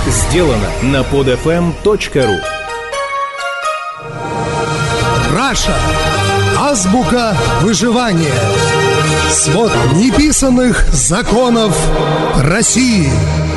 Сделано на podfm.ru. Раша. Азбука выживания. Свод неписанных законов России.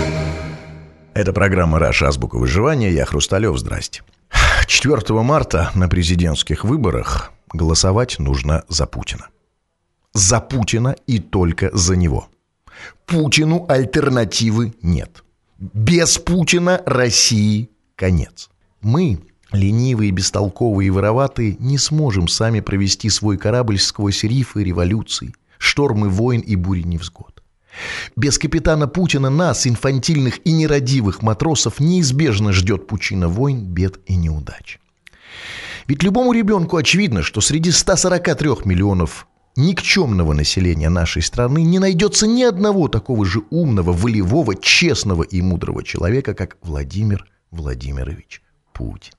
Это программа «Раша. Азбука выживания». Я Хрусталев. Здрасте. 4 марта на президентских выборах голосовать нужно за Путина. За Путина и только за него. Путину альтернативы нет. Без Путина России конец. Мы, ленивые, бестолковые и вороватые, не сможем сами провести свой корабль сквозь рифы революций, штормы войн и бури невзгод. Без капитана Путина нас, инфантильных и нерадивых матросов, неизбежно ждет пучина войн, бед и неудач. Ведь любому ребенку очевидно, что среди 143 миллионов никчемного населения нашей страны не найдется ни одного такого же умного, волевого, честного и мудрого человека, как Владимир Владимирович Путин.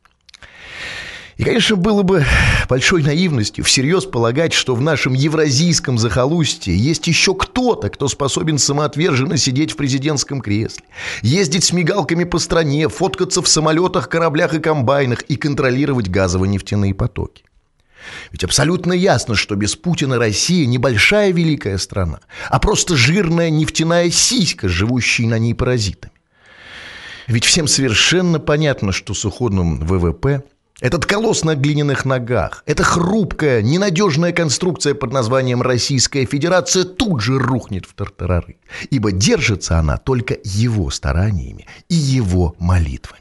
И, конечно, было бы большой наивностью всерьез полагать, что в нашем евразийском захолустье есть еще кто-то, кто способен самоотверженно сидеть в президентском кресле, ездить с мигалками по стране, фоткаться в самолетах, кораблях и комбайнах и контролировать газово-нефтяные потоки. Ведь абсолютно ясно, что без Путина Россия не большая великая страна, а просто жирная нефтяная сиська, живущая на ней паразитами. Ведь всем совершенно понятно, что с уходом ВВП этот колосс на глиняных ногах, эта хрупкая, ненадежная конструкция под названием Российская Федерация тут же рухнет в тартарары, ибо держится она только его стараниями и его молитвами.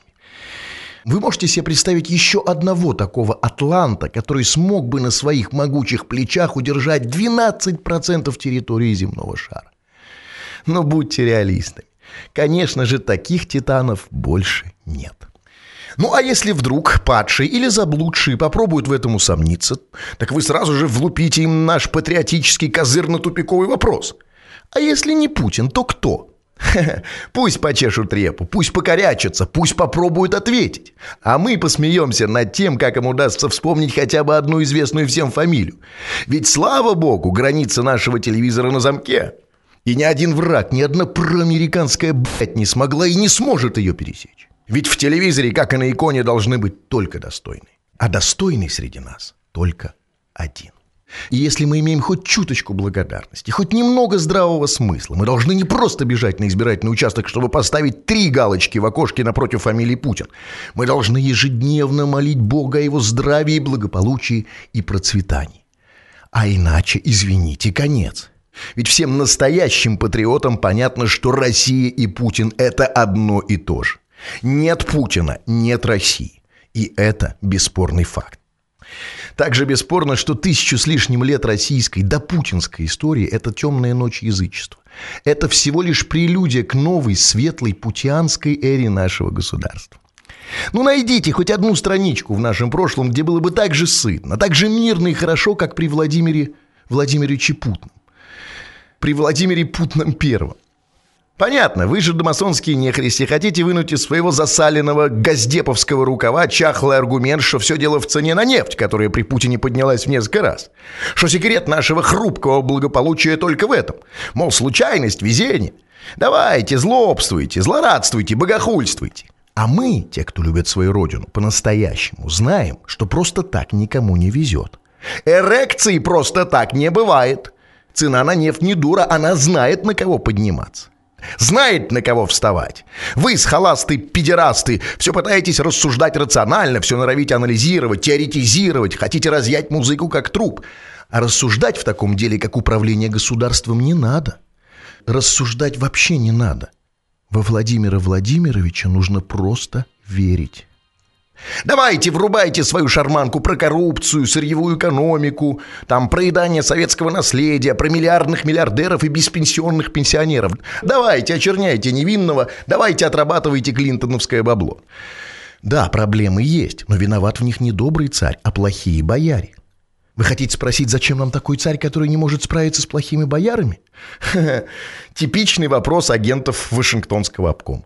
Вы можете себе представить еще одного такого атланта, который смог бы на своих могучих плечах удержать 12% территории земного шара? Но будьте реалистами. Конечно же, таких титанов больше нет. Ну, а если вдруг падшие или заблудшие попробуют в этом усомниться, так вы сразу же влупите им наш патриотический козырно-тупиковый вопрос. А если не Путин, то кто? Пусть почешут репу, пусть покорячатся, пусть попробуют ответить. А мы посмеемся над тем, как им удастся вспомнить хотя бы одну известную всем фамилию. Ведь, слава богу, граница нашего телевизора на замке. И ни один враг, ни одна проамериканская блядь не смогла и не сможет ее пересечь. Ведь в телевизоре, как и на иконе, должны быть только достойные. А достойный среди нас только один. И если мы имеем хоть чуточку благодарности, хоть немного здравого смысла, мы должны не просто бежать на избирательный участок, чтобы поставить 3 галочки в окошке напротив фамилии Путин. Мы должны ежедневно молить Бога о его здравии, благополучии и процветании. А иначе, извините, конец. Ведь всем настоящим патриотам понятно, что Россия и Путин – это одно и то же. Нет Путина, нет России. И это бесспорный факт. Также бесспорно, что 1000 с лишним лет российской допутинской истории – это темная ночь язычества. Это всего лишь прелюдия к новой, светлой, путианской эре нашего государства. Ну, найдите хоть одну страничку в нашем прошлом, где было бы так же сытно, так же мирно и хорошо, как при Владимире Владимировиче Путине. При Владимире Путине Первом. Понятно, вы же домасонские нехристи хотите вынуть из своего засаленного газдеповского рукава чахлый аргумент, что все дело в цене на нефть, которая при Путине поднялась в несколько раз. Что секрет нашего хрупкого благополучия только в этом. Мол, случайность, везение. Давайте, злобствуйте, злорадствуйте, богохульствуйте. А мы, те, кто любит свою родину, по-настоящему знаем, что просто так никому не везет. Эрекции просто так не бывает. Цена на нефть не дура, она знает, на кого подниматься. Знает, на кого вставать. Вы, схоласты, педерасты, все пытаетесь рассуждать рационально, все норовите анализировать, теоретизировать, хотите разъять музыку как труп. А рассуждать в таком деле, как управление государством, не надо. Рассуждать вообще не надо. Во Владимира Владимировича нужно просто верить. Давайте, врубайте свою шарманку про коррупцию, сырьевую экономику, там проедание советского наследия, про миллиардных миллиардеров и беспенсионных пенсионеров. Давайте, очерняйте невинного, давайте, отрабатывайте клинтоновское бабло. Да, проблемы есть, но виноват в них не добрый царь, а плохие бояре. Вы хотите спросить, зачем нам такой царь, который не может справиться с плохими боярами? Типичный вопрос агентов Вашингтонского обкома.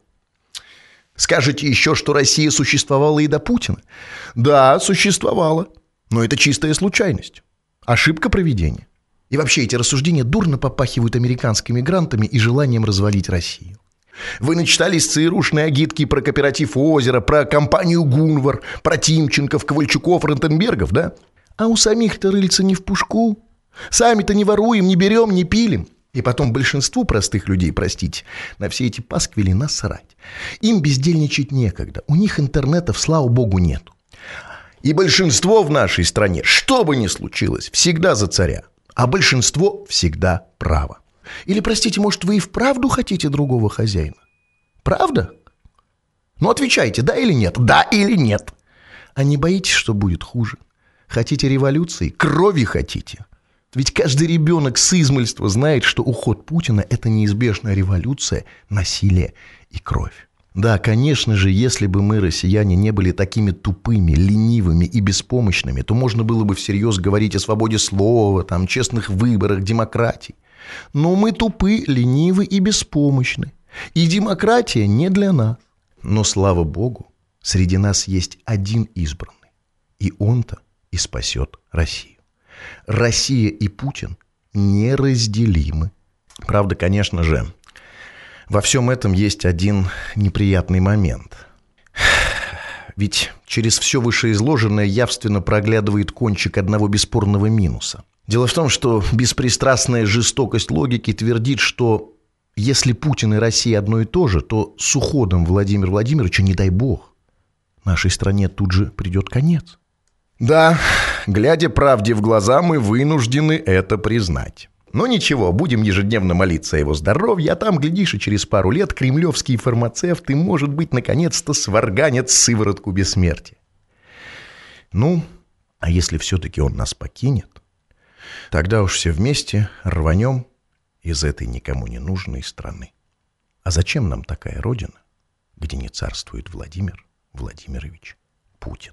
Скажете еще, что Россия существовала и до Путина? Да, существовала. Но это чистая случайность. Ошибка проведения. И вообще эти рассуждения дурно попахивают американскими грантами и желанием развалить Россию. Вы начитались ЦРУшные агитки про кооператив «Озеро», про компанию «Гунвар», про Тимченков, Ковальчуков, Ротенбергов, да? А у самих-то рыльца не в пушку. Сами-то не воруем, не берем, не пилим. И потом большинству простых людей, простите, на все эти пасквили насрать. Им бездельничать некогда. У них интернета, слава богу, нету. И большинство в нашей стране, что бы ни случилось, всегда за царя. А большинство всегда право. Или, простите, может, вы и вправду хотите другого хозяина? Правда? Ну, отвечайте, да или нет? Да или нет? А не боитесь, что будет хуже? Хотите революции? Крови хотите? Ведь каждый ребенок с измольства знает, что уход Путина – это неизбежная революция, насилие и кровь. Да, конечно же, если бы мы, россияне, не были такими тупыми, ленивыми и беспомощными, то можно было бы всерьез говорить о свободе слова, там, честных выборах, демократии. Но мы тупы, ленивы и беспомощны. И демократия не для нас. Но, слава богу, среди нас есть один избранный. И он-то и спасет Россию. Россия и Путин неразделимы. Правда, конечно же, во всем этом есть один неприятный момент. Ведь через все вышеизложенное явственно проглядывает кончик одного бесспорного минуса. Дело в том, что беспристрастная жестокость логики твердит, что если Путин и Россия одно и то же, то с уходом Владимира Владимировича, не дай бог, нашей стране тут же придет конец. Да, глядя правде в глаза, мы вынуждены это признать. Но ничего, будем ежедневно молиться о его здоровье, а там, глядишь, и через пару лет кремлевские фармацевты, может быть, наконец-то сварганят сыворотку бессмертия. Ну, а если все-таки он нас покинет, тогда уж все вместе рванем из этой никому не нужной страны. А зачем нам такая родина, где не царствует Владимир Владимирович Путин?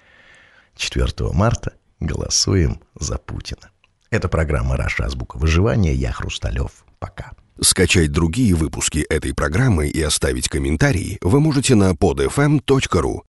4 марта голосуем за Путина. Это программа «Раша. Азбука выживания». Я Хрусталев. Пока. Скачать другие выпуски этой программы и оставить комментарии вы можете на podfm.ru.